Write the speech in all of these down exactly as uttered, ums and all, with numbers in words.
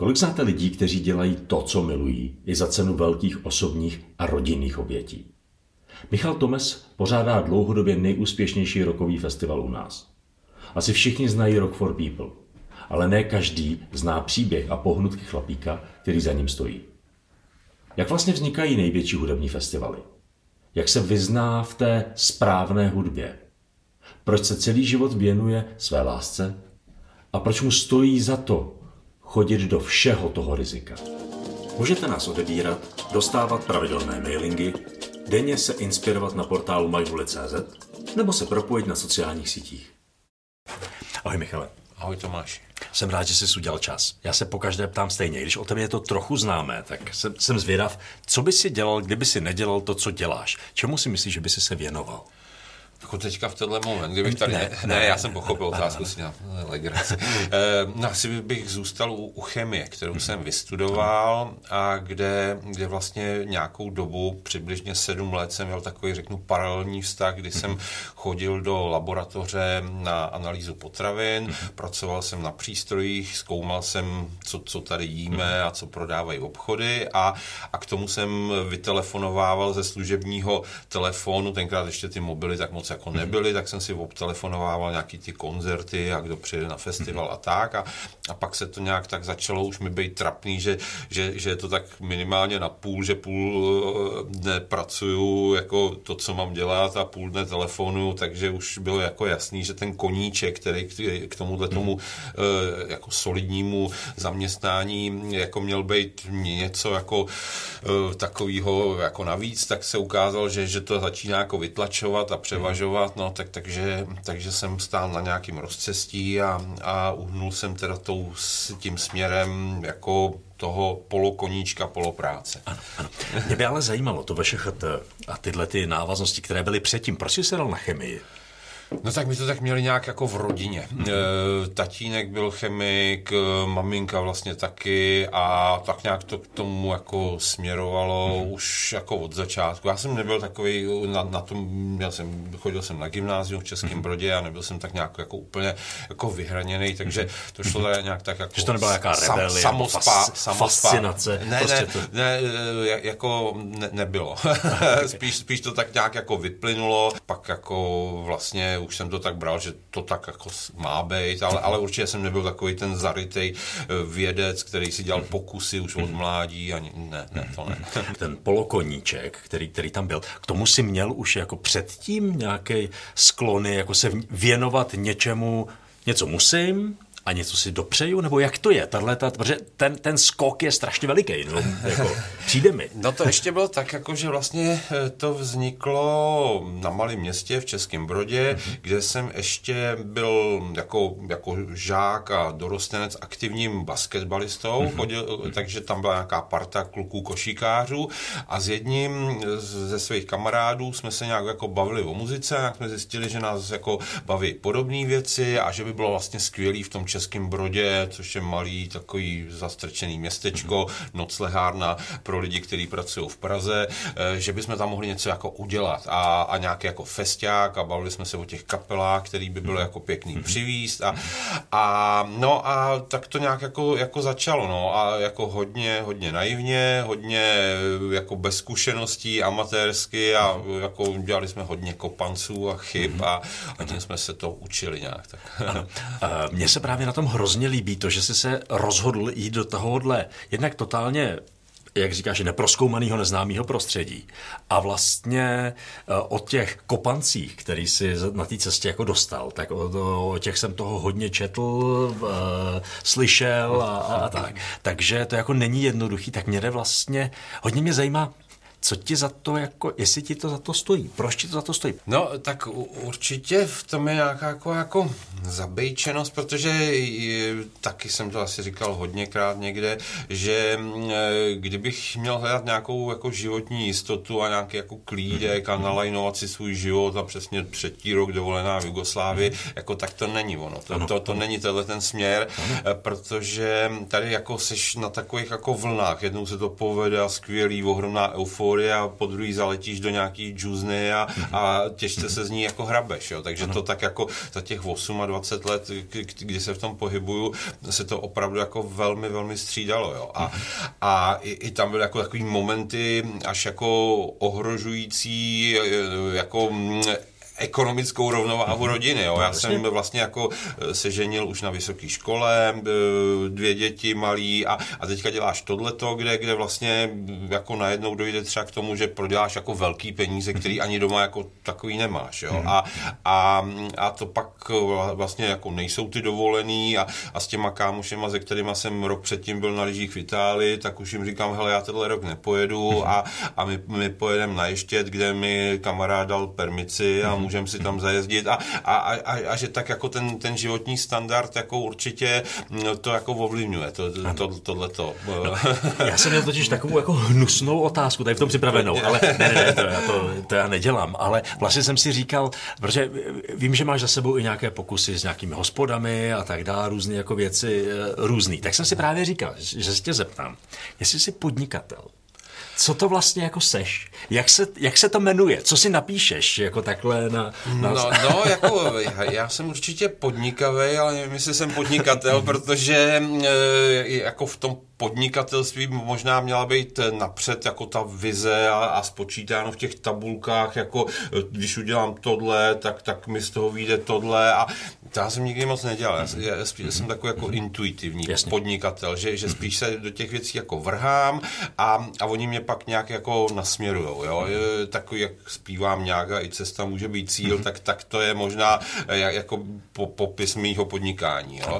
Kolik znáte lidí, kteří dělají to, co milují, i za cenu velkých osobních a rodinných obětí? Michal Tomes pořádá dlouhodobě nejúspěšnější rockový festival u nás. Asi všichni znají Rock for People, ale ne každý zná příběh a pohnutky chlapíka, který za ním stojí. Jak vlastně vznikají největší hudební festivaly? Jak se vyzná v té správné hudbě? Proč se celý život věnuje své lásce? A proč mu stojí za to chodit do všeho toho rizika? Můžete nás odebírat, dostávat pravidelné mailingy, denně se inspirovat na portálu majvuli tečka cé zet nebo se propojit na sociálních sítích. Ahoj Michale. Ahoj Tomáši. Jsem rád, že jsi udělal čas. Já se pokaždé ptám stejně. Když o tebe je to trochu známé, tak jsem, jsem zvědav, co by si dělal, kdyby si nedělal to, co děláš. Čemu si myslíš, že by si se věnoval? Jako teďka v tenhle moment, kdybych tady... Ne, ne, ne já jsem pochopil otázku, si na legraci. No, asi bych zůstal u, u chemie, kterou jsem vystudoval a kde, kde vlastně nějakou dobu, přibližně sedm let, jsem měl takový, řeknu, paralelní vztah, kdy jsem chodil do laboratoře na analýzu potravin, pracoval jsem na přístrojích, zkoumal jsem, co, co tady jíme a co prodávají obchody a, a k tomu jsem vytelefonovával ze služebního telefonu, tenkrát ještě ty mobily tak moc jako nebyly, tak jsem si obtelefonovával nějaký ty koncerty a kdo přijde na festival a tak a, a pak se to nějak tak začalo už mi být trapný, že, že, že je to tak minimálně na půl, že půl dne pracuju jako to, co mám dělat a půl dne telefonuju, takže už bylo jako jasný, že ten koníček, který k tomuhle tomu jako solidnímu zaměstnání jako měl být něco jako takového jako navíc, tak se ukázalo, že, že to začíná jako vytlačovat a převažovat, no tak, takže, takže jsem stál na nějakým rozcestí a, a uhnul jsem teda tou, tím směrem jako toho polokoníčka, polopráce. Ano, ano. Mě by ale zajímalo to vaše cht a tyhle ty návaznosti, které byly předtím. Proč jsi se dal na chemii? No tak my to tak měli nějak jako v rodině. Mm. E, tatínek byl chemik, maminka vlastně taky a tak nějak to k tomu jako směrovalo mm. už jako od začátku. Já jsem nebyl takový na, na tom, já jsem, chodil jsem na gymnázium v Českém Brodě a nebyl jsem tak nějak jako úplně jako vyhraněný, takže to šlo tady nějak tak jako... Že to nebyla jaká rebelie, sam, samospá, fas, fascinace. Ne, prostě ne, to... ne, jako ne, nebylo. spíš, spíš to tak nějak jako vyplynulo, pak jako vlastně už jsem to tak bral, že to tak jako má být, ale, ale určitě jsem nebyl takový ten zarytej vědec, který si dělal pokusy už od mládí, ani ne, ne, to ne. Ten polokoníček, který, který tam byl, k tomu si měl už jako předtím nějaké sklony, jako se věnovat něčemu, něco musím, a něco si dopřeju, nebo jak to je? Tato, protože ten, ten skok je strašně veliký, no, jako, přijde mi. No to ještě bylo tak, jako, že vlastně to vzniklo na malém městě v Českém Brodě, mm-hmm. kde jsem ještě byl jako, jako žák a dorostenec aktivním basketbalistou, mm-hmm. chodil, takže tam byla nějaká parta kluků košíkářů a s jedním ze svých kamarádů jsme se nějak jako bavili o muzice, a jsme zjistili, že nás jako baví podobné věci a že by bylo vlastně skvělý v tom Českém Brodě, což je malý takový zastrčený městečko, noclehárna pro lidi, kteří pracují v Praze, že bychom tam mohli něco jako udělat a, a nějaký jako festiák a bavili jsme se o těch kapelách, který by bylo jako pěkný přivízt a, a no a tak to nějak jako, jako začalo, no a jako hodně, hodně naivně, hodně jako bez zkušeností, amatérsky a jako dělali jsme hodně kopanců a chyb a hodně jsme se to učili nějak. Tak. Ano. Mně se právě na tom hrozně líbí to, že jsi se rozhodl jít do tohohle jednak totálně, jak říkáš, neprozkoumanýho, neznámýho prostředí. A vlastně o těch kopancích, který si na té cestě jako dostal, tak o, o těch jsem toho hodně četl, e, slyšel a, a, a tak. Takže to jako není jednoduchý, tak mě jde vlastně, hodně mě zajímá, co ti za to, jako, jestli ti to za to stojí? Proč ti to za to stojí? No, tak určitě v tom je nějaká jako, jako zabejčenost, protože je, taky jsem to asi říkal hodněkrát někde, že kdybych měl hledat nějakou jako životní jistotu a nějaký jako klídek a nalajnovat si svůj život a přesně třetí rok dovolená v Jugoslávii, jako tak to není ono. To, to, to není tenhle ten směr, protože tady jako seš na takových jako vlnách. Jednou se to povede a skvělý, ohromná euforie, hory a po druhý zaletíš do nějaký džuzny a, a těžce se z ní jako hrabeš, jo. Takže to tak jako za těch dvacet osm let, kdy se v tom pohybuju, se to opravdu jako velmi, velmi střídalo, jo. A, a i, i tam byly jako takový momenty až jako ohrožující, jako ekonomickou rovnováhu rodiny. Jo. Já jsem vlastně jako se ženil už na vysoké škole, dvě děti malí a, a teďka děláš tohleto, kde, kde vlastně jako najednou dojde třeba k tomu, že proděláš jako velký peníze, který ani doma jako takový nemáš. Jo. A, a, a to pak vlastně jako nejsou ty dovolený a, a s těma kámošema, se kterýma jsem rok předtím byl na lyžích v Itálii, tak už jim říkám, hele, já tenhle rok nepojedu a, a my, my pojedeme na Ještěd, kde mi kamarád dal permici a můžeme si tam zajezdit a, a, a, a že tak jako ten, ten životní standard jako určitě to jako ovlivňuje, to, to, tohleto. No, já jsem měl totiž takovou jako hnusnou otázku, tady v tom připravenou, ale ne, ne, ne, to, já to, to já nedělám, ale vlastně jsem si říkal, protože vím, že máš za sebou i nějaké pokusy s nějakými hospodami a tak dále, různé jako věci, různý, tak jsem si právě říkal, že se tě zeptám, jestli jsi podnikatel. Co to vlastně jako seš? Jak se, jak se to jmenuje? Co si napíšeš jako takhle na... na... No, no, jako já jsem určitě podnikavý, ale nevím, jestli jsem podnikatel, protože e, jako v tom podnikatelství možná měla být napřed jako ta vize a, a spočítáno v těch tabulkách, jako když udělám tohle, tak, tak mi z toho vyjde tohle a to já jsem nikdy moc nedělal. Já, já, spíš, já jsem takový jako intuitivní Jasně. podnikatel, že, že spíš se do těch věcí jako vrhám a, a oni mě pak nějak jako nasměrujou. Jo? Takový, jak zpívám nějak a i cesta může být cíl, tak, tak to je možná jako po, popis mýho podnikání. Jo?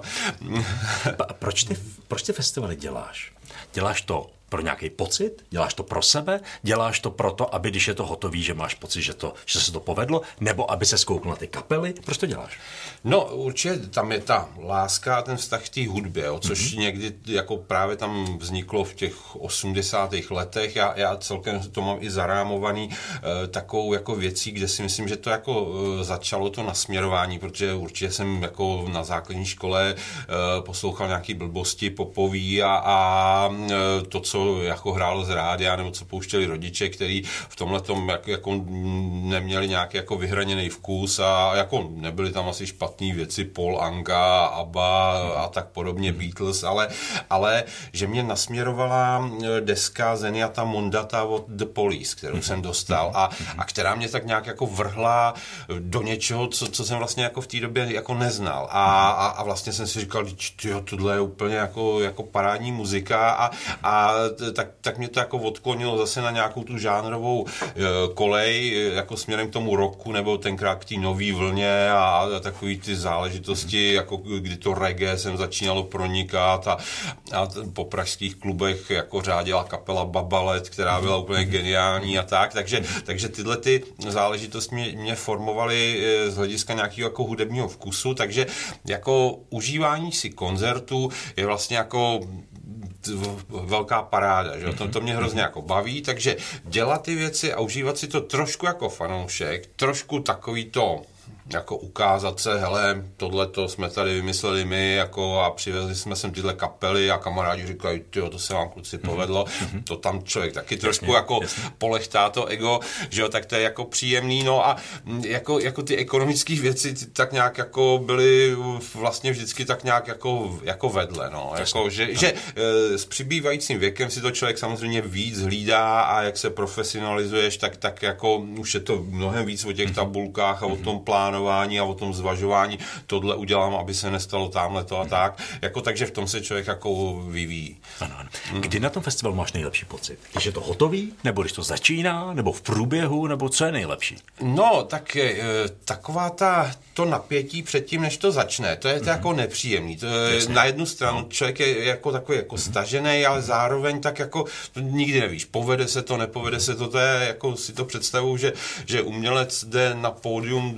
A proč ty, proč ty festivaly děláš? Děláš to pro nějaký pocit? Děláš to pro sebe? Děláš to proto, aby když je to hotový, že máš pocit, že, to, že se to povedlo? Nebo aby se zkoukl na ty kapely? Proč to děláš? No určitě tam je ta láska a ten vztah k té hudbě, jo, což mm-hmm. někdy jako právě tam vzniklo v těch osmdesátých letech. Já, já celkem to mám i zarámovaný e, takovou jako věcí, kde si myslím, že to jako e, začalo to nasměrování, protože určitě jsem jako na základní škole e, poslouchal nějaký blbosti popový a, a e, to, co jako hrálo z rádia, nebo co pouštěli rodiče, který v tomhletom jako, jako neměli nějaký jako vyhraněný vkus a jako nebyli tam asi špatný věci, Paul Anka, ABBA a tak podobně, Beatles, ale, ale že mě nasměrovala deska Zenyatta Mondata od The Police, kterou jsem dostal a, a která mě tak nějak jako vrhla do něčeho, co, co jsem vlastně jako v té době jako neznal a, a, a vlastně jsem si říkal, tyjo, tohle je úplně jako, jako parádní muzika a, a tak, tak mě to jako odklonilo zase na nějakou tu žánrovou kolej, jako směrem k tomu rocku, nebo tenkrát k té nový vlně a, a takový ty záležitosti, jako kdy to reggae jsem začínalo pronikat a, a po pražských klubech jako řádila kapela Babalet, která byla úplně geniální a tak, takže, takže tyhle ty záležitosti mě, mě formovaly z hlediska nějakého jako hudebního vkusu, takže jako užívání si koncertů je vlastně jako velká paráda, že? To, to mě hrozně jako baví, takže dělat ty věci a užívat si to trošku jako fanoušek, trošku takový to jako ukázat se, hele, tohleto jsme tady vymysleli my jako a přivezli jsme sem tyhle kapely a kamarádi říkají, tyjo, to se vám kluci povedlo, mm-hmm. to tam člověk taky trošku jasně, jako jasně. polechtá to ego, že jo, tak to je jako příjemný, no a jako, jako ty ekonomické věci ty tak nějak jako byly vlastně vždycky tak nějak jako, jako vedle, no, jasně, jako, že, že s přibývajícím věkem si to člověk samozřejmě víc hlídá a jak se profesionalizuješ, tak, tak jako už je to mnohem víc o těch tabulkách a o tom plánu a o tom zvažování, tohle udělám, aby se nestalo tamhle to a tak. Jako, takže v tom se člověk jako vyvíjí. Ano, ano. Kdy na tom festivalu máš nejlepší pocit? Když je to hotový, nebo když to začíná, nebo v průběhu, nebo co je nejlepší? No, tak je, taková ta, to napětí předtím, než to začne, to je to mm-hmm. jako nepříjemný. To je, na jednu stranu no. člověk je jako takový jako mm-hmm. stažený, ale zároveň tak jako nikdy nevíš, povede se to, nepovede se to, to je jako si to představuju, že, že umělec jde na pódium do záře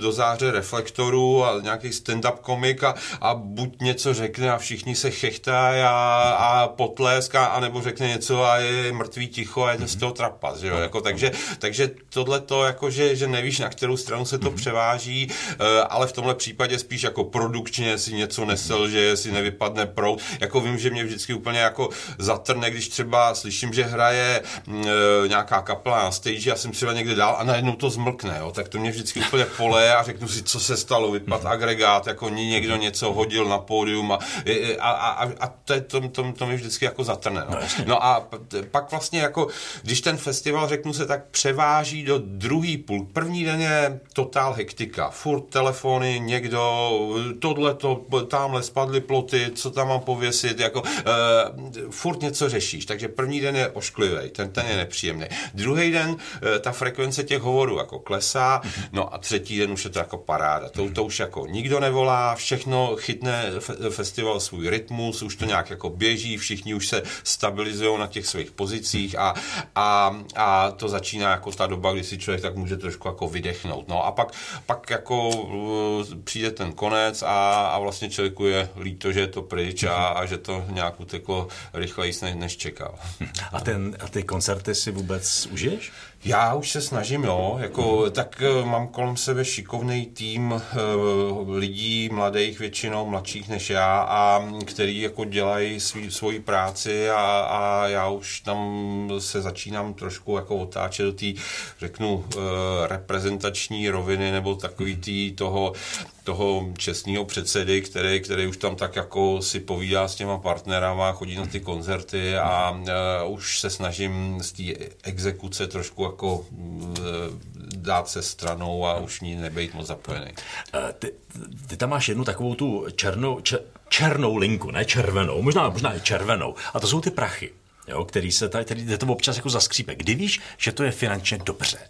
nahoře reflektorů a nějaký stand-up komik a, a buď něco řekne a všichni se chechtají a, a potlesk a, a nebo řekne něco a je mrtvý ticho a je to z toho trapas, že jo, jako, takže, takže tohle to, jako, že, že nevíš, na kterou stranu se to převáží, ale v tomhle případě spíš jako produkčně si něco nesel, že si nevypadne proud, jako vím, že mě vždycky úplně jako zatrne, když třeba slyším, že hraje e, nějaká kapela na stage, já jsem třeba někde dál a najednou to zmlkne, jo, tak to mě vždycky úplně poleje a řeknu si, co se stalo, vypad agregát, jako někdo něco hodil na pódium a, a, a, a to, je, to, to, to mi vždycky jako zatrne. No, no a pak vlastně jako, když ten festival, řeknu se, tak převáží do druhý půl. První den je totál hektika, furt telefony, někdo, tohleto, tamhle spadly ploty, co tam mám pověsit, jako uh, furt něco řešíš, takže první den je ošklivý, ten, ten je nepříjemný. Druhý den uh, ta frekvence těch hovorů jako klesá, no a třetí den už je to jako paráda. To, to už jako nikdo nevolá, všechno chytne f- festival svůj rytmus, už to nějak jako běží, všichni už se stabilizují na těch svých pozicích a, a, a to začíná jako ta doba, kdy si člověk tak může trošku jako vydechnout. No a pak, pak jako uh, přijde ten konec a, a vlastně člověku je líto, že je to pryč a, a že to nějak uteklo rychleji, než, než čekal. A, ten, a ty koncerty si vůbec užiješ? Já už se snažím, jo, jako, tak mám kolem sebe šikovný tým uh, lidí, mladých většinou, mladších než já, a který jako dělají svý, svoji práci a, a já už tam se začínám trošku jako otáčet do té, řeknu, uh, reprezentační roviny nebo takový tý toho toho čestného předsedy, který, který už tam tak jako si povídá s těma partnerama, chodí na ty koncerty a uh, už se snažím z té exekuce trošku jako uh, dát se stranou a už ní nebejt moc zapojený. Uh, ty, ty tam máš jednu takovou tu černou, čer, černou linku, ne červenou, možná, možná i červenou, a to jsou ty prachy, jo, který se tady, tady to občas jako zaskřípe. Kdy víš, že to je finančně dobře?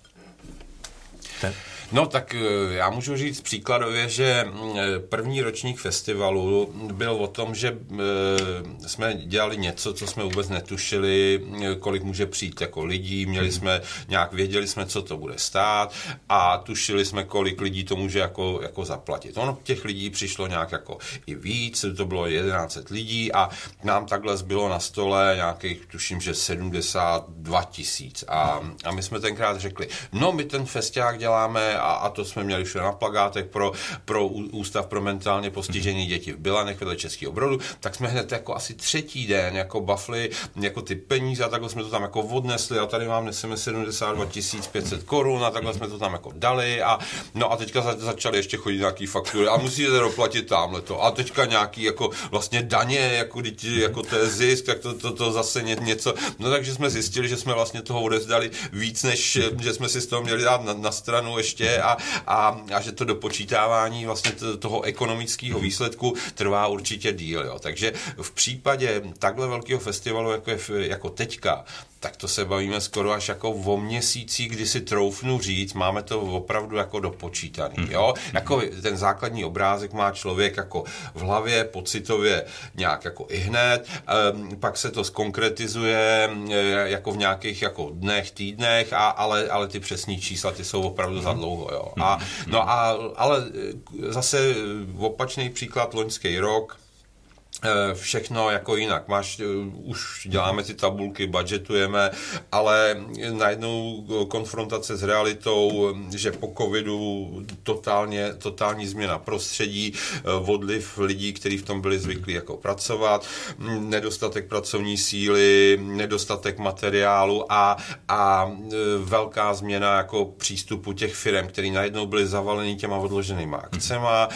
Ten... No tak já můžu říct příkladově, že první ročník festivalu byl o tom, že jsme dělali něco, co jsme vůbec netušili, kolik může přijít jako lidí, měli jsme nějak, věděli jsme, co to bude stát a tušili jsme, kolik lidí to může jako, jako zaplatit. Ono těch lidí přišlo nějak jako i víc, to bylo jedenáct set lidí a nám takhle zbylo na stole nějakých, tuším, že sedmdesát dva tisíc a, a my jsme tenkrát řekli, no my ten festiák děláme A, a to jsme měli všude na plakátech pro, pro Ústav pro mentálně postižené děti v Bilanech vedle Českého Brodu, tak jsme hned jako asi třetí den jako bafli jako ty peníze a takhle jsme to tam jako odnesli a tady vám neseme sedmdesát dva tisíc pět set korun a takhle jsme to tam jako dali a no a teďka za, začaly ještě chodit nějaký faktury a musíte doplatit tamhleto a teďka nějaký jako vlastně daně, jako, jako to je zisk, tak to, to, to zase něco, no takže jsme zjistili, že jsme vlastně toho odezdali víc, než že jsme si z toho měli dát na, na stranu ještě A, a, a že to dopočítávání vlastně toho ekonomického výsledku trvá určitě díl. Jo. Takže v případě takhle velkého festivalu, jako je jako teďka, tak to se bavíme skoro až jako o měsících, kdy si troufnu říct, máme to opravdu jako dopočítaný. Jo? Jako ten základní obrázek má člověk jako v hlavě, pocitově nějak jako i hned, um, pak se to skonkretizuje jako v nějakých jako dnech, týdnech, a, ale, ale ty přesní čísla, ty jsou opravdu za dlouho. Jo? A, no a, ale zase opačný příklad, loňský rok, všechno jako jinak. Máš, už děláme ty tabulky, budgetujeme, ale najednou konfrontace s realitou, že po covidu totálně, totální změna prostředí, odliv lidí, kteří v tom byli zvyklí jako pracovat, nedostatek pracovní síly, nedostatek materiálu a, a velká změna jako přístupu těch firem, který najednou byli zavalený těma odloženýma akcema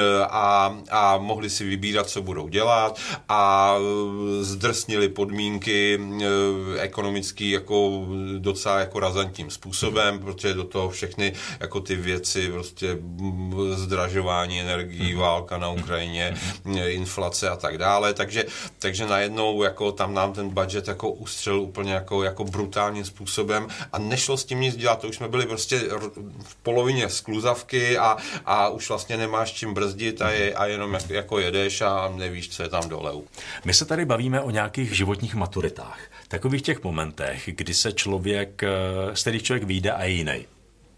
a, a mohli si vybírat, co budou dělat a zdrsnili podmínkky ekonomický jako docela jako razantním způsobem, protože do toho všechny jako ty věci, prostě zdražování energií, válka na Ukrajině, inflace a tak dále, takže, takže najednou jako tam nám ten budget jako ustřelil úplně jako, jako brutálním způsobem a nešlo s tím nic dělat, to už jsme byli prostě v polovině skluzavky a, a už vlastně nemáš čím brzdit a, je, a jenom jako, jako jedeš a nevíš, co je tam dole. My se tady bavíme o nějakých životních maturitách. Takových těch momentech, kdy se člověk, z kterých člověk vyjde a je jiný.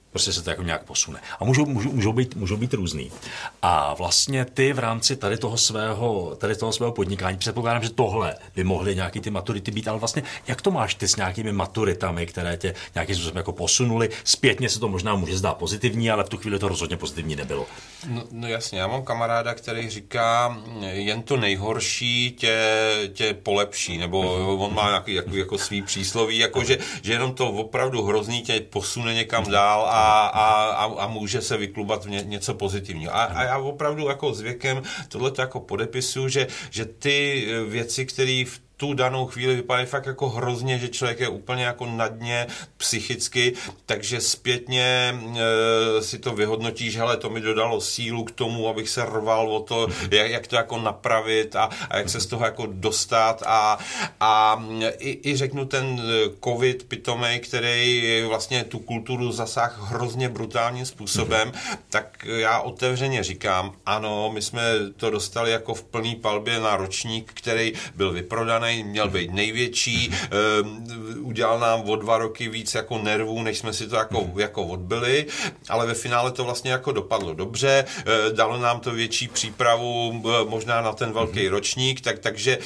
Prostě se to jako nějak posune. A můžou, můžou, můžou, být, můžou být různý. A vlastně ty v rámci tady toho svého, tady toho svého podnikání, předpokládám, že tohle by mohly nějaký ty maturity být, ale vlastně jak to máš ty s nějakými maturitami, které tě nějakým způsobem jako posunuli? Zpětně se to možná může zdát pozitivní, ale v tu chvíli to rozhodně pozitivní nebylo. No, no jasně, já mám kamaráda, který říká, jen to nejhorší tě, tě polepší, nebo mm-hmm. on má nějaký jako, jako svý přísloví, jako že, že jenom to opravdu hrozný tě posune někam dál a A, a, a může se vyklubat v ně, něco pozitivního. A, a já opravdu jako s věkem tohleto jako podepisuju, že, že ty věci, které v tu danou chvíli vypadají fakt jako hrozně, že člověk je úplně jako na dně psychicky, takže zpětně e, si to vyhodnotíš, hele, to mi dodalo sílu k tomu, abych se rval o to, jak, jak to jako napravit a, a jak se z toho jako dostat a, a i, i řeknu ten covid pitomej, který vlastně tu kulturu zasáhl hrozně brutálním způsobem, tak já otevřeně říkám, ano, my jsme to dostali jako v plný palbě na ročník, který byl vyprodaný, měl být největší, udělal nám o dva roky víc jako nervů, než jsme si to jako, jako odbyli, ale ve finále to vlastně jako dopadlo dobře, dalo nám to větší přípravu možná na ten velký ročník, tak, takže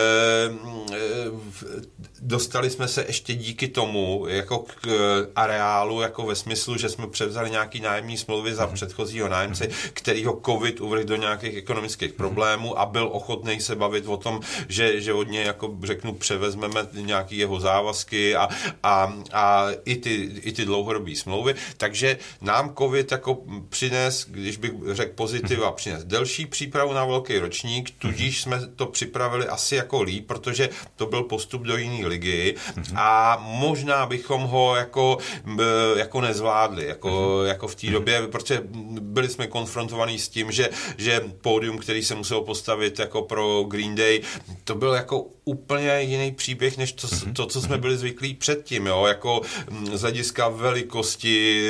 dostali jsme se ještě díky tomu jako k areálu, jako ve smyslu, že jsme převzali nějaký nájemní smlouvy za předchozího nájemce, kterýho covid uvrhl do nějakých ekonomických problémů a byl ochotný se bavit o tom, že, že od něj, jako řeknu, převezmeme nějaký jeho závazky a, a, a i ty, i ty dlouhodobé smlouvy. Takže nám covid jako přines, když bych řekl pozitiva, přines delší přípravu na velký ročník, tudíž jsme to připravili asi jako líp, protože to byl postup do jiné ligy a možná bychom ho jako, jako nezvládli, jako, jako v té době, protože byli jsme konfrontovaní s tím, že, že pódium, který se musel postavit jako pro Green Day, to byl jako úplně jiný příběh, než to, to co jsme byli zvyklí předtím, jo, jako z hlediska velikosti,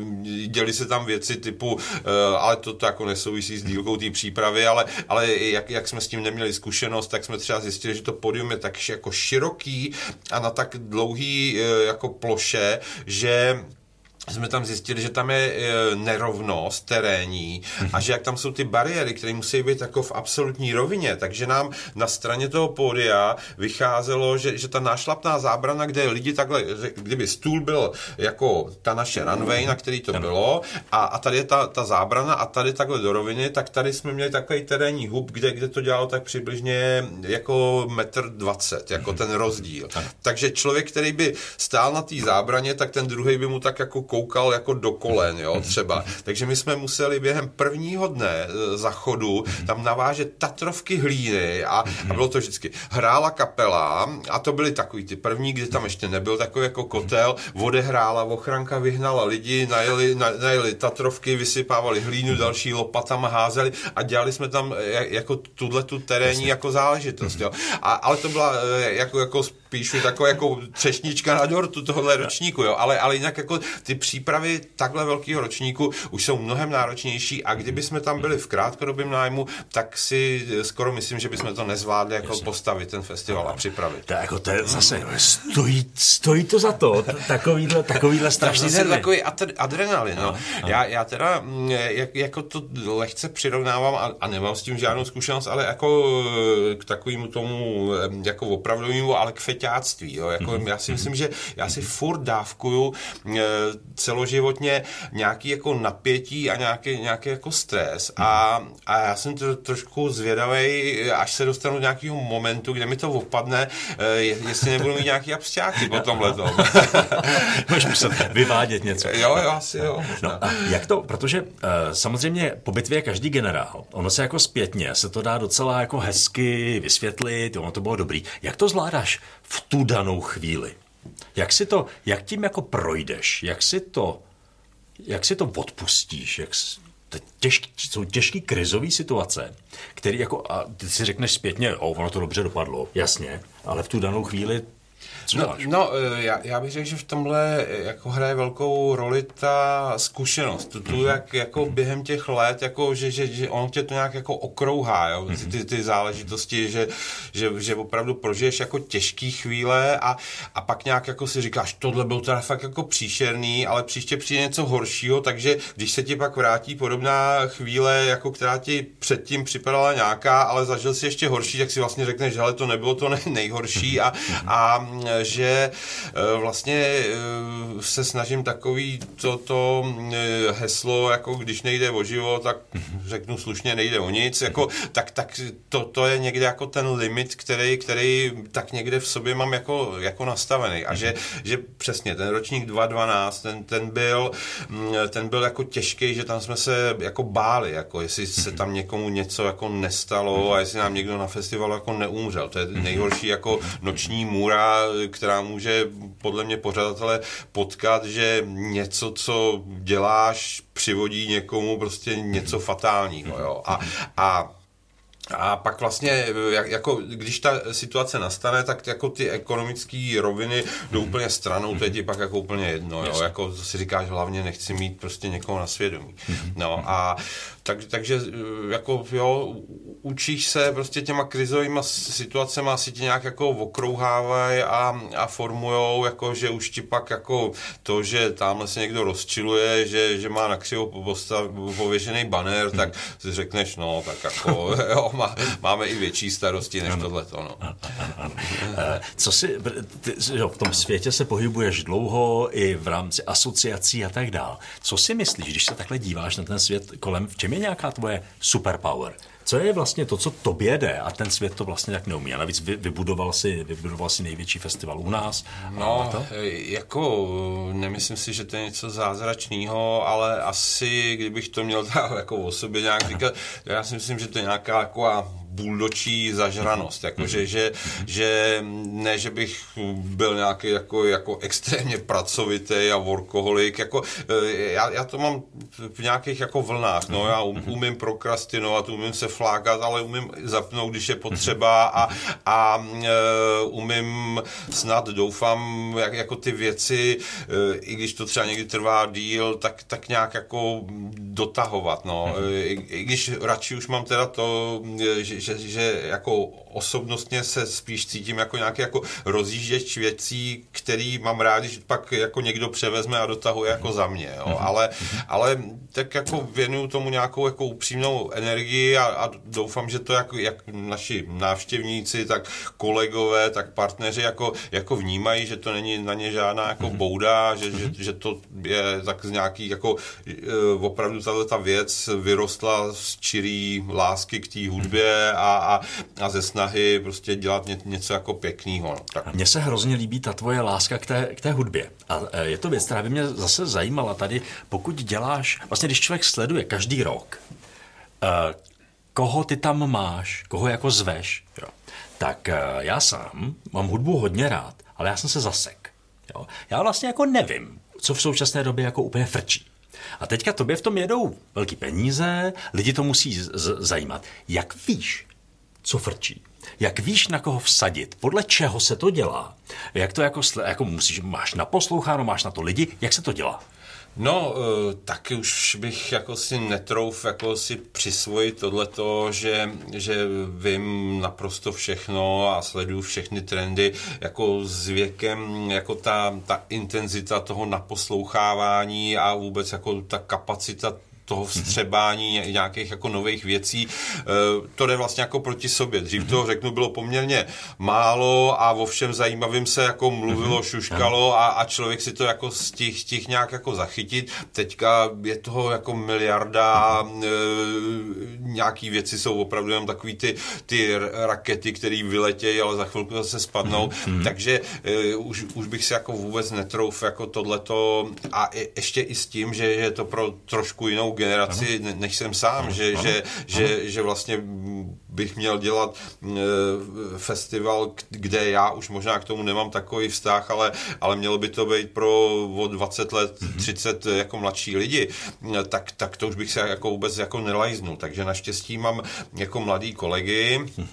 děli se tam věci typu, ale to, to jako nesouvisí s dílkou té přípravy, ale, ale jak, jak jsme s tím neměli zkušenost, tak jsme třeba zjistili, že to pódium je tak jako široký a na tak dlouhý jako ploše, že jsme tam zjistili, že tam je nerovnost terénní a že jak tam jsou ty bariéry, které musí být jako v absolutní rovině, takže nám na straně toho pódia vycházelo, že, že ta nášlapná zábrana, kde lidi takhle, kdyby stůl byl jako ta naše runway, na který to bylo a, a tady je ta, ta zábrana a tady takhle do roviny, tak tady jsme měli takový terénní hub, kde, kde to dělalo tak přibližně jako metr dvacet, jako ten rozdíl. Takže člověk, který by stál na té zábraně, tak ten druhý by mu tak jako koukal jako do kolen, jo, třeba. Takže my jsme museli během prvního dne zachodu tam navážet tatrovky hlíny a, a bylo to vždycky. Hrála kapela a to byly takový ty první, kdy tam ještě nebyl takový jako kotel, odehrála, ochranka vyhnala lidi, najeli, najeli tatrovky, vysypávali hlínu, další lopatama házeli a dělali jsme tam jako tuhletu terénní jako záležitost, jo. A, ale to byla jako, jako spíš taková jako třešnička na dortu tohohle ročníku, jo, ale, ale jinak jako ty přípravy takhle velkého ročníku už jsou mnohem náročnější a kdyby jsme tam byli v krátkodobém nájmu, tak si skoro myslím, že bychom to nezvládli jako Jasně. postavit ten festival a připravit. To, jako to je zase, stojí, stojí to za to, takovýhle, takovýhle strašný nervy. Takový adrenalin, no. Já, já teda jak, jako to lehce přirovnávám a, a nemám s tím žádnou zkušenost, ale jako k takovému tomu jako opravdovému, ale k feťáctví, jo. Jako, mm-hmm. Já si myslím, že já si furt dávkuju celoživotně nějaký jako napětí a nějaký, nějaký jako stres a, a já jsem to trošku zvědavej, až se dostanu do nějakého momentu, kde mi to opadne, jestli nebudu mít nějaký absťáky po tomhletom. Můžeš muset vyvádět něco. Jo, jo, asi jo. No, a jak to, protože uh, samozřejmě po bitvě je každý generál. Ono se jako zpětně se to dá docela jako hezky vysvětlit, ono to bylo dobrý. Jak to zvládáš v tu danou chvíli? Jak si to, jak tím jako projdeš? Jak si to, jak si to odpustíš? Jak těžký, jsou těžký krizové situace, které jako, a ty si řekneš zpětně, o, ono to dobře dopadlo, jasně, ale v tu danou chvíli No, no já, já bych řekl, že v tomhle jako hraje velkou roli ta zkušenost. Tu, tu jak jako během těch let, jako, že, že, že on tě to nějak jako okrouhá, jo? Ty, ty záležitosti, že, že, že opravdu prožiješ jako těžký chvíle a, a pak nějak jako si říkáš, tohle byl teda fakt jako příšerný, ale příště přijde něco horšího, takže když se ti pak vrátí podobná chvíle, jako která ti předtím připadala nějaká, ale zažil si ještě horší, tak si vlastně řekneš, že ale to nebylo to nejhorší a, a že vlastně se snažím takový toto heslo, jako když nejde o život, tak řeknu slušně, nejde o nic, jako, tak, tak to, to je někde jako ten limit, který, který tak někde v sobě mám jako, jako nastavený. A že, že přesně ten ročník dva tisíce dvanáct, ten, ten, byl, ten byl jako těžký, že tam jsme se jako báli, jako jestli se tam někomu něco jako nestalo a jestli nám někdo na festivalu jako neumřel. To je nejhorší jako noční můra, která může podle mě pořadatele potkat, že něco, co děláš, přivodí někomu prostě něco fatálního. Jo? A, a A pak vlastně, jako, když ta situace nastane, tak jako ty ekonomické roviny jdou úplně stranou, to je ti pak jako úplně jedno, jo? Jako si říkáš, hlavně nechci mít prostě někoho na svědomí. No a tak, takže jako jo, učíš se prostě těma krizovýma situacema, asi tě nějak jako okrouhávají a, a formujou, jako že už ti pak jako to, že tamhle se někdo rozčiluje, že, že má na křivo pověšený banner, tak si řekneš, no tak jako jo, má, máme i větší starosti než tohleto. No. Co si, ty, jo, v tom světě se pohybuješ dlouho i v rámci asociací a tak dál. Co si myslíš, když se takhle díváš na ten svět kolem, v čem je nějaká tvoje superpower? Co je vlastně to, co tobě jde a ten svět to vlastně tak neumí? A navíc vy, vybudoval, si, vybudoval si největší festival u nás. No, jako nemyslím si, že to je něco zázračného, ale asi, kdybych to měl tak jako o sobě nějak říkat, já si myslím, že to je nějaká taková buldočí zažranost, jako, že, že, že ne, že bych byl nějaký jako, jako extrémně pracovitý a workoholik, jako, já, já to mám v nějakých jako vlnách, no, já um, umím prokrastinovat, umím se flákat, ale umím zapnout, když je potřeba a, a uh, umím snad, doufám, jak, jako ty věci, uh, i když to třeba někdy trvá díl, tak, tak nějak jako dotahovat, no, I, i když radši už mám teda to, že Že, že jako osobnostně se spíš cítím jako nějaký jako rozjížděč věcí, který mám rád, když pak jako někdo převezme a dotahuje jako za mě, jo. Ale, ale tak jako věnuju tomu nějakou jako upřímnou energii a, a doufám, že to jako, jak naši návštěvníci, tak kolegové, tak partneři jako, jako vnímají, že to není na ně žádná jako bouda, že, že, že to je tak z nějaký jako opravdu tato ta věc vyrostla z čirý lásky k té hudbě a, a, a ze snahy prostě dělat ně, něco jako pěknýho. No. Tak. Mně se hrozně líbí ta tvoje láska k té, k té hudbě. A je to věc, která by mě zase zajímala tady, pokud děláš, vlastně když člověk sleduje každý rok, uh, koho ty tam máš, koho jako zveš, jo, tak uh, já sám mám hudbu hodně rád, ale já jsem se zasek. Jo. Já vlastně jako nevím, co v současné době jako úplně frčí. A teďka tobě v tom jedou velký peníze, lidi to musí z- zajímat. Jak víš, co frčí? Jak víš, na koho vsadit? Podle čeho se to dělá? Jak to jako, jako musíš, máš naposloucháno, máš na to lidi? Jak se to dělá? No, taky už bych jako si netrouf jako si přisvojit tohleto, že, že vím naprosto všechno a sleduju všechny trendy, jako s věkem, jako ta, ta intenzita toho naposlouchávání a vůbec jako ta kapacita toho vstřebání nějakých jako nových věcí, to jde vlastně jako proti sobě. Dřív toho řeknu, bylo poměrně málo a o všem zajímavým se jako mluvilo, šuškalo a, a člověk si to jako stihl, stihl nějak jako zachytit. Teďka je toho jako miliarda, e, nějaký věci jsou opravdu jenom takový ty, ty rakety, které vyletějí, ale za chvilku zase spadnou. Takže e, už, už bych si jako vůbec netrouf jako tohleto a je, ještě i s tím, že je to pro trošku jinou generaci, ano. než jsem sám, ano. Že, ano. Že, ano. Že, že vlastně bych měl dělat e, festival, kde já už možná k tomu nemám takový vztah, ale, ale mělo by to být pro o dvacet let, mm-hmm. třicet jako mladší lidi, tak, tak to už bych se jako vůbec jako nelajznul. Takže naštěstí mám jako mladý kolegy, mm-hmm.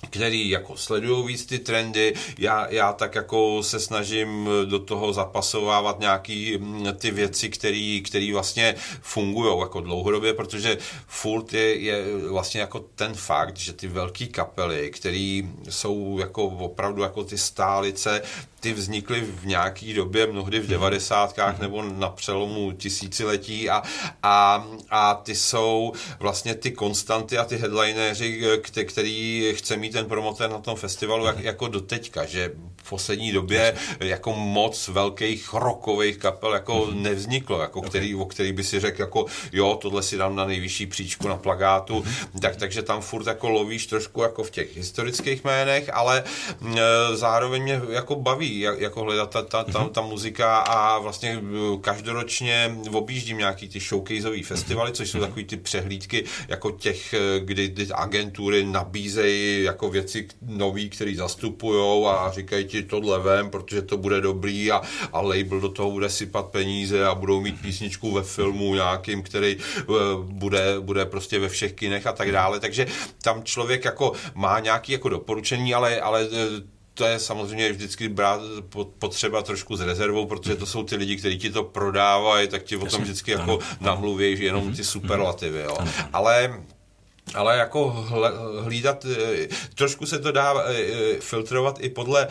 který jako sledují víc ty trendy, já, já tak jako se snažím do toho zapasovávat nějaký ty věci, který, který vlastně fungují jako dlouhodobě, protože furt je, je vlastně jako ten fakt, že ty velký kapely, který jsou jako opravdu jako ty stálice, ty vznikly v nějaký době, mnohdy v devadesátkách nebo na přelomu tisíciletí a, a, a ty jsou vlastně ty konstanty a ty headlinéři, který chce mít ten promotér na tom festivalu jak, jako doteďka, že v poslední době jako moc velkých rockových kapel jako nevzniklo, jako který, o který by si řekl jako jo, tohle si dám na nejvyšší příčku na plakátu, tak, takže tam furt jako lovíš trošku jako v těch historických jménech, ale e, zároveň mě jako baví jak, jako hledat ta, ta, ta, ta muzika a vlastně každoročně objíždím nějaký ty showcaseový festivaly, což jsou takový ty přehlídky jako těch, kdy ty agentury nabízejí jako věci nový, který zastupujou a říkají ti tohle vem, protože to bude dobrý a, a label do toho bude sypat peníze a budou mít písničku ve filmu nějakým, který uh, bude, bude prostě ve všech kinech a tak dále, takže tam člověk jako má nějaký jako doporučení, ale, ale to je samozřejmě vždycky brát potřeba trošku s rezervou, protože to jsou ty lidi, kteří ti to prodávají, tak ti o tom vždycky jako namluví, že jenom ty superlativy, jo. Ale ale jako hlídat, trošku se to dá filtrovat i podle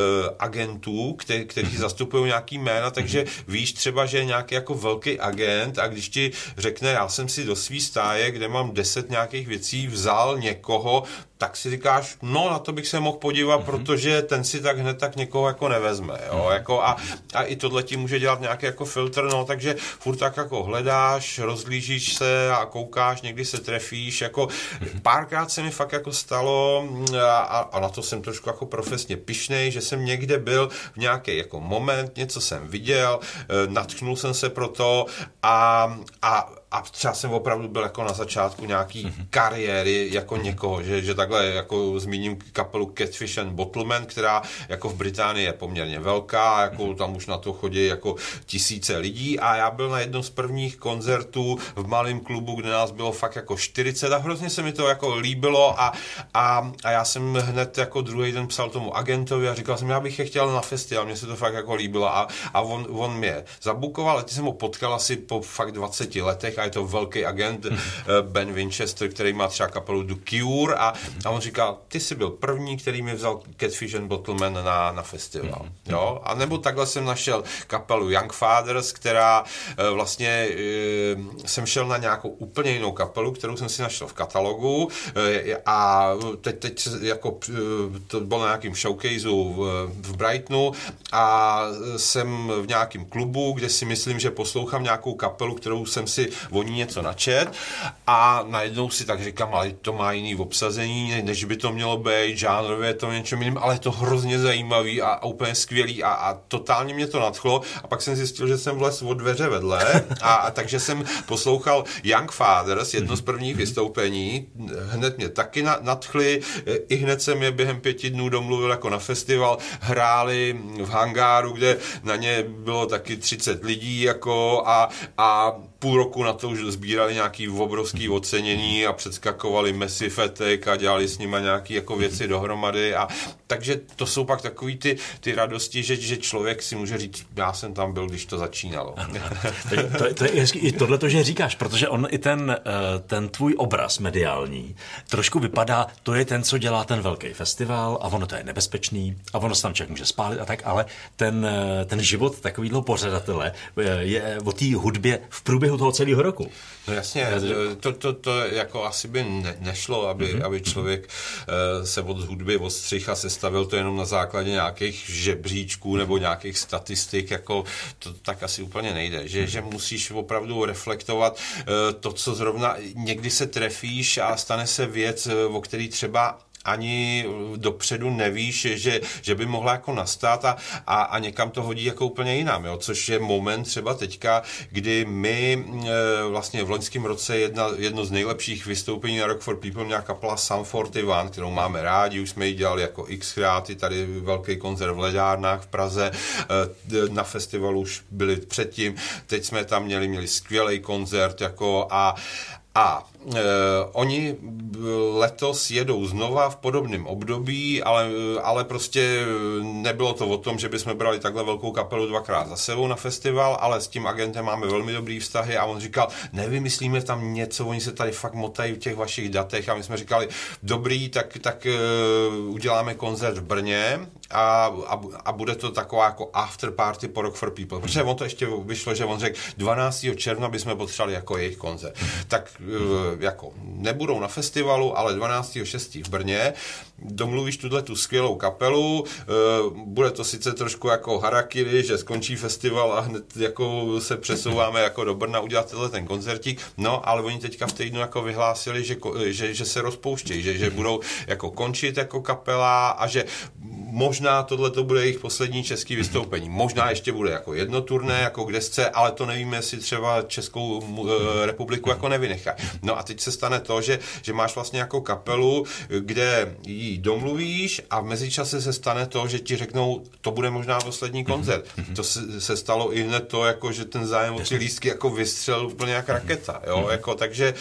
agentů, který, kteří zastupují nějaký jména, takže víš třeba, že je nějaký jako velký agent a když ti řekne, já jsem si do svý stáje, kde mám deset nějakých věcí, vzal někoho, tak si říkáš, no na to bych se mohl podívat, mm-hmm. protože ten si tak hned tak někoho jako nevezme, jo, mm-hmm. jako a, a i tohle ti může dělat nějaký jako filtr, no, takže furt tak jako hledáš, rozlížíš se a koukáš, někdy se trefíš, jako mm-hmm. párkrát se mi fakt jako stalo a, a na to jsem trošku jako profesně pyšnej, že jsem někde byl v nějaký jako moment, něco jsem viděl, natchnul jsem se pro to a, a A třeba jsem opravdu byl jako na začátku nějaký mm-hmm. kariéry jako někoho, že, že takhle jako zmíním kapelu Catfish and Bottlemen, která jako v Británii je poměrně velká, jako mm-hmm. tam už na to chodí jako tisíce lidí a já byl na jednom z prvních koncertů v malém klubu, kde nás bylo fakt jako čtyřicet a hrozně se mi to jako líbilo a, a, a já jsem hned jako druhý den psal tomu agentovi a říkal jsem, já bych je chtěl na festival, mně se to fakt jako líbilo a, a on, on mě zabukoval, a teď jsem ho potkal asi po fakt dvaceti letech a je to velký agent Ben Winchester, který má třeba kapelu The Cure a, a on říkal, ty jsi byl první, který mi vzal Catfish and Bottlemen na, na festival. Jo? A nebo takhle jsem našel kapelu Young Fathers, která vlastně jsem šel na nějakou úplně jinou kapelu, kterou jsem si našel v katalogu a teď, teď jako to bylo na nějakým showcaseu v, v Brightonu a jsem v nějakém klubu, kde si myslím, že poslouchám nějakou kapelu, kterou jsem si o ní něco načet a najednou si tak říkám, ale to má jiný obsazení, než by to mělo být, žánrově je to něčem jiným, ale je to hrozně zajímavý a, a úplně skvělý a, a totálně mě to nadchlo a pak jsem zjistil, že jsem vlez od dveře vedle a, a takže jsem poslouchal Young Fathers, jedno z prvních vystoupení, hned mě taky nadchli, i hned jsem je během pěti dnů domluvil jako na festival, hráli v hangáru, kde na ně bylo taky třicet lidí jako a, a půl roku na to už sbírali nějaký obrovský ocenění a předskakovali Massive Attack a dělali s nima nějaký jako věci dohromady a takže to jsou pak takový ty, ty radosti, že, že člověk si může říct, já jsem tam byl, když to začínalo. to, to je hezký, i tohle to, že říkáš, protože on i ten, ten tvůj obraz mediální trošku vypadá, to je ten, co dělá ten velký festival a ono to je nebezpečný a ono se tam člověk může spálit a tak, ale ten, ten život takovýhle pořadatele je o té hudbě v průběhu toho celého roku. No jasně, to, to, to jako asi by ne, nešlo, aby, mm-hmm. aby člověk uh, se od hudby odstřih a sestavil to jenom na základě nějakých žebříčků nebo nějakých statistik, jako to tak asi úplně nejde, že, že musíš opravdu reflektovat uh, to, co zrovna někdy se trefíš a stane se věc, o který třeba ani dopředu nevíš, že, že by mohla jako nastat a, a, a někam to hodí jako úplně jinam, jo? Což je moment třeba teďka, kdy my e, vlastně v loňském roce jedna, jedno z nejlepších vystoupení na Rock for People měla kapela Sum čtyřicet jedna, kterou máme rádi, už jsme ji dělali jako xkrát, tady velký koncert v Ledárnách v Praze, e, na festivalu už byli předtím, teď jsme tam měli, měli skvělý koncert jako a A Uh, oni letos jedou znova v podobném období, ale, ale prostě nebylo to o tom, že bychom brali takhle velkou kapelu dvakrát za sebou na festival, ale s tím agentem máme velmi dobrý vztahy a on říkal, nevymyslíme tam něco, oni se tady fakt motají v těch vašich datech a my jsme říkali, dobrý, tak, tak uh, uděláme koncert v Brně a, a, a bude to taková jako after party po Rock for People, protože on to ještě vyšlo, že on řekl, dvanáctého června bychom potřebovali jako jejich koncert. Tak uh, jako nebudou na festivalu, ale dvanáctého šestého v Brně, domluvíš tuhle tu skvělou kapelu, bude to sice trošku jako harakiri, že skončí festival a hned jako se přesouváme jako do Brna udělat tenhle ten koncertík, no, ale oni teďka v týdnu jako vyhlásili, že, že, že se rozpouštějí, že, že budou jako končit jako kapela a že možná tohle to bude jejich poslední český vystoupení. Možná ještě bude jako jedno turné, jako kde chce, ale to nevíme, jestli třeba Českou republiku jako nevynechá. No a teď se stane to, že, že máš vlastně jako kapelu, kde ji domluvíš a v mezičase se stane to, že ti řeknou, to bude možná poslední koncert. To se, se stalo i hned to, jako, že ten zájem o ty lístky jako vystřelil úplně jak raketa. Jo? Jako, takže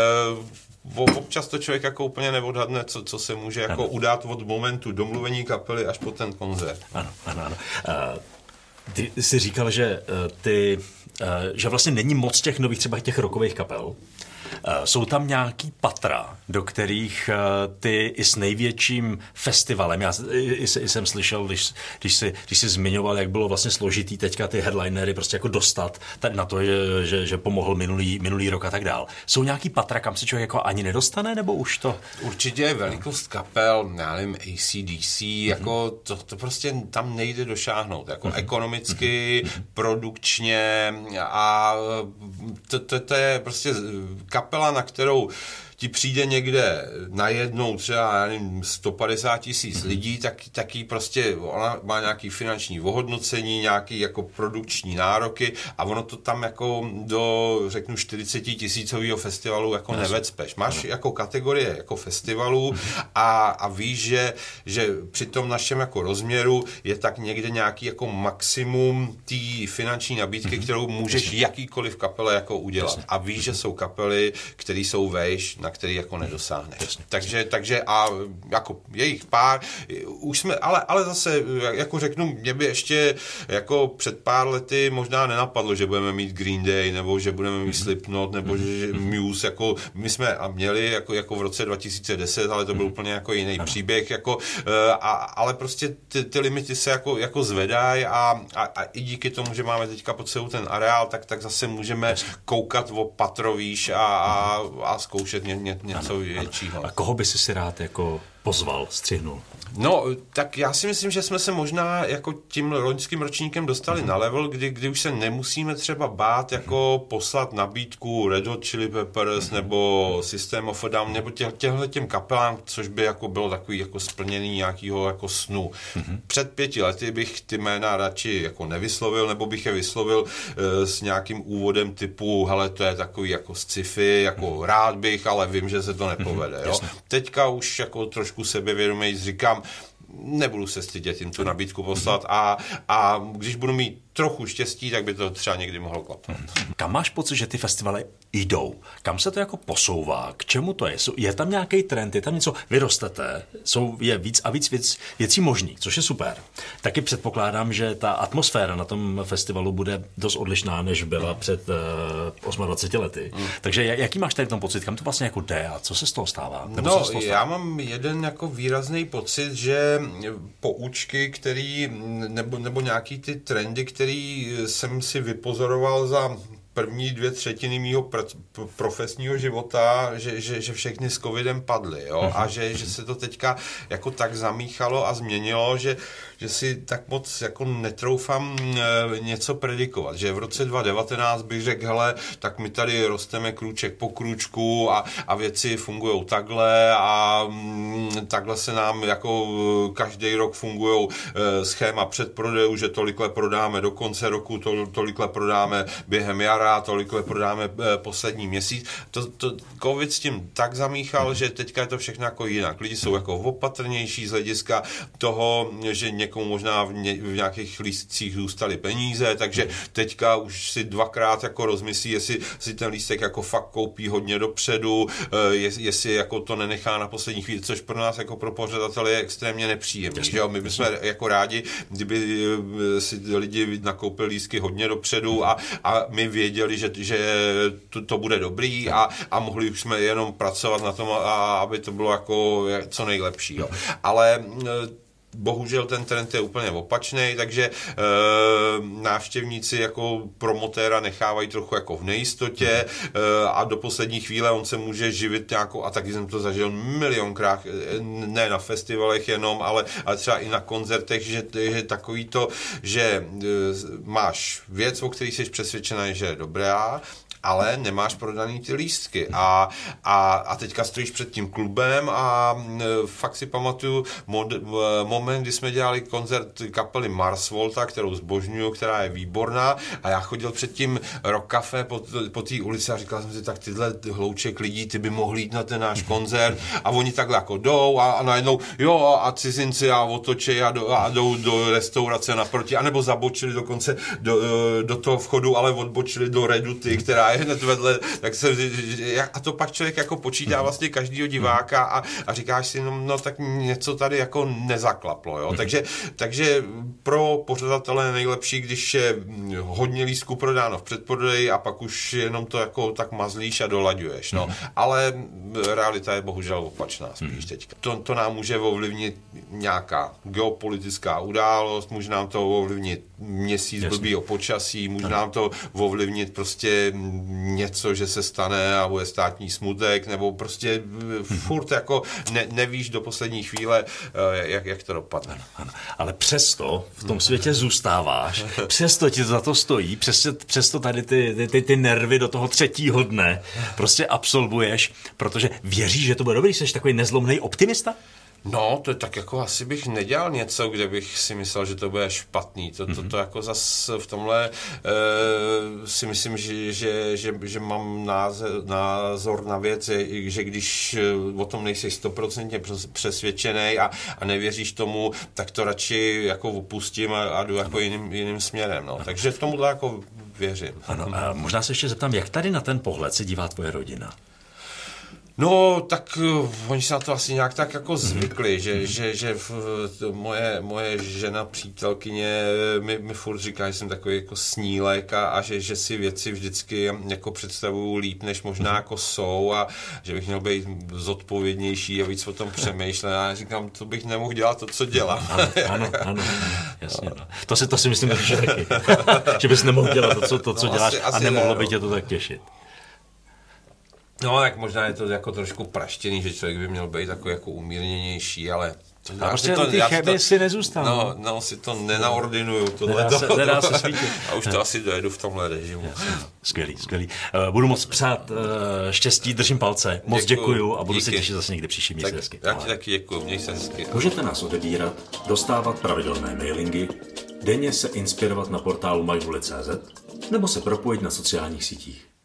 uh, občas to člověk jako úplně neodhadne, co, co se může jako udát od momentu domluvení kapely až po ten koncert. Ano, ano, ano. Uh, ty jsi říkal, že uh, ty, uh, že vlastně není moc těch nových třeba těch rockových kapel. Uh, jsou tam nějaký patra, do kterých uh, ty i s největším festivalem, já i, i, i jsem slyšel, když, když, jsi, když jsi zmiňoval, jak bylo vlastně složitý teďka ty headlinery prostě jako dostat na to, že, že, že pomohl minulý, minulý rok a tak dál. Jsou nějaký patra, kam se člověk jako ani nedostane, nebo už to? Určitě velikost kapel, já nevím, A C D C, mm-hmm. jako to, to prostě tam nejde došáhnout, jako mm-hmm. ekonomicky, mm-hmm. produkčně a to, to, to je prostě kapela, na kterou ti přijde někde najednou třeba, já nevím, sto padesát tisíc lidí, tak, taky prostě ona má nějaký finanční ohodnocení, nějaký jako produkční nároky a ono to tam jako do, řeknu, čtyřicet tisícového festivalu jako nevecpeš. Máš jako kategorie jako festivalu a, a víš, že, že při tom našem jako rozměru je tak někde nějaký jako maximum té finanční nabídky, kterou můžeš jakýkoliv kapele jako udělat. A víš, že jsou kapely, které jsou vejš, na který jako nedosáhneš. Jasně. Takže, takže a jako jejich pár, už jsme, ale, ale zase, jako řeknu, mě by ještě jako před pár lety možná nenapadlo, že budeme mít Green Day, nebo že budeme mít Slipknot, nebo že Muse, jako my jsme a měli jako, jako v roce dva tisíce deset, ale to byl úplně jako jiný příběh, jako, a, ale prostě ty, ty limity se jako, jako zvedají a, a, a i díky tomu, že máme teďka pod sebou ten areál, tak, tak zase můžeme koukat o patrovíš a, a, a zkoušet ně, ně, něco ano, většího. A koho by si si rád jako pozval, střihnul? No, tak já si myslím, že jsme se možná jako tím loňským ročníkem dostali mm-hmm. na level, kdy, kdy už se nemusíme třeba bát jako poslat nabídku Red Hot Chili Peppers mm-hmm. nebo System of a Down nebo tě, těhle těm kapelám, což by jako bylo takový jako splněný nějakýho jako snu. Mm-hmm. Před pěti lety bych ty jména radši jako nevyslovil, nebo bych je vyslovil uh, s nějakým úvodem typu, hele, to je takový jako sci-fi, jako mm-hmm. rád bych, ale vím, že se to nepovede. Mm-hmm. Jo? Teďka už jako trošku sebevědomě říkám, nebudu se stydět jim tu nabídku poslat a, a když budu mít trochu štěstí, tak by to třeba někdy mohlo klapnout. Kam máš pocit, že ty festivaly jdou? Kam se to jako posouvá? K čemu to je? Je tam nějaký trend? Je tam něco? Vy rostete, jsou, je víc a víc věc, věcí možný, což je super. Taky předpokládám, že ta atmosféra na tom festivalu bude dost odlišná, než byla před uh, dvaceti osmi lety. Mm. Takže jaký máš tady v tom pocit? Kam to vlastně jako jde a co se z toho stává? Nebo no, z toho stává? Já mám jeden jako výrazný pocit, že poučky, který, nebo, nebo nějaký ty trendy, který jsem si vypozoroval za první dvě třetiny mýho pr- profesního života, že, že, že všechny s covidem padly, jo? A že, že se to teďka jako tak zamíchalo a změnilo, že, že si tak moc jako netroufám e, něco predikovat, že v roce dva tisíce devatenáct bych řekl, hele, tak my tady rosteme krůček po krůčku a, a věci fungujou takhle a m, takhle se nám jako každý rok fungujou e, schéma předprodejů, že tolikle prodáme do konce roku, to, tolikle prodáme během jara stará, tolik prodáme poslední měsíc. To, to covid s tím tak zamíchal, že teďka je to všechno jako jinak. Lidi jsou jako opatrnější z hlediska toho, že někomu možná v, ně, v nějakých lístcích zůstaly peníze, takže teďka už si dvakrát jako rozmyslí, jestli si ten lístek jako fakt koupí hodně dopředu, jestli jako to nenechá na poslední chvíli, což pro nás jako pro pořadatele je extrémně nepříjemné. Že jo? My bychom jako rádi, kdyby si lidi nakoupili lístky hodně dopředu a, a my věděli, že, že to, to bude dobrý a, a mohli už jsme jenom pracovat na tom, a, aby to bylo jako co nejlepší. Jo. Ale bohužel ten trend je úplně opačný, takže e, návštěvníci jako promotéra nechávají trochu jako v nejistotě e, a do poslední chvíle on se může živit nějakou, a taky jsem to zažil milionkrát, ne na festivalech jenom, ale, ale třeba i na koncertech, že, že takový to, že e, máš věc, o který jsi přesvědčený, že je dobrá, ale nemáš prodaný ty lístky a, a, a teďka stojíš před tím klubem a e, fakt si pamatuju mod, e, moment, kdy jsme dělali koncert kapely Mars Volta, kterou zbožňuju, která je výborná a já chodil před tím Rock Café po, po té ulici a říkal jsem si, tak tyhle hlouček lidí, ty by mohli jít na ten náš koncert a oni takhle jako jdou a, a najednou jo a cizinci a otočej a, do, a jdou do restaurace naproti, anebo zabočili dokonce do, do toho vchodu, ale odbočili do Reduty, která je hned vedle, tak se, a to pak člověk jako počítá vlastně každýho diváka a, a říkáš si, no, no tak něco tady jako nezaklaplo, jo, takže, takže pro pořadatele je nejlepší, když je hodně lístků prodáno v předprodeji a pak už jenom to jako tak mazlíš a dolaďuješ, no, ale realita je bohužel opačná spíš teďka. To, to nám může ovlivnit nějaká geopolitická událost, může nám to ovlivnit měsíc blbýho počasí, může nám to ovlivnit prostě něco, že se stane a bude státní smutek, nebo prostě furt jako ne, nevíš do poslední chvíle, jak, jak to dopadne. Ano, ano. Ale přesto v tom světě zůstáváš, přesto ti za to stojí, přesto, přesto tady ty, ty, ty, ty nervy do toho třetího dne prostě absolvuješ, protože věříš, že to bude dobrý, jsi takový nezlomný optimista? No, to je tak jako asi bych nedělal něco, kde bych si myslel, že to bude špatný. To, to, to jako zas v tomhle e, si myslím, že, že, že, že mám názor, názor na věc, že když o tom nejsi stoprocentně přesvědčený a, a nevěříš tomu, tak to radši jako opustím a, a jdu jako jiným, jiným směrem. No. Takže tomuhle jako věřím. Ano, a možná se ještě zeptám, jak tady na ten pohled se dívá tvoje rodina? No, tak uh, oni se na to asi nějak tak jako zvykli, že, že, že v, to moje, moje žena, přítelkyně mi, mi furt říká, že jsem takový jako snílek a, a že, že si věci vždycky jako představuju líp, než možná jako jsou a že bych měl být zodpovědnější a víc o tom přemýšlet. A já říkám, to bych nemohl dělat to, co dělám. Ano, ano, ano, jasně. No. To, si, to si myslím, že taky. Že bys nemohl dělat to, co, to, co no, děláš asi, a asi nemohlo ne, by tě to tak těšit. No, tak možná je to jako trošku praštěný, že člověk by měl být takový jako umírněnější, ale... To, a prostě ty chemie si nezůstal. No, no, si to nenaordinuju. Tohle nedá, se, nedá se svítit. A už to asi dojedu v tomhle režimu. Skvělý, skvělý. Uh, budu moc přát uh, štěstí, držím palce. Moc děkuju, děkuju a budu díky. Se těšit zase někdy příští měsíc hezky. Já ti taky děkuju, měj se hezky. Můžete nás odebírat, dostávat pravidelné mailingy, denně se inspirovat na portálu majvuli tečka cé zet nebo se propojit na sociálních sítích.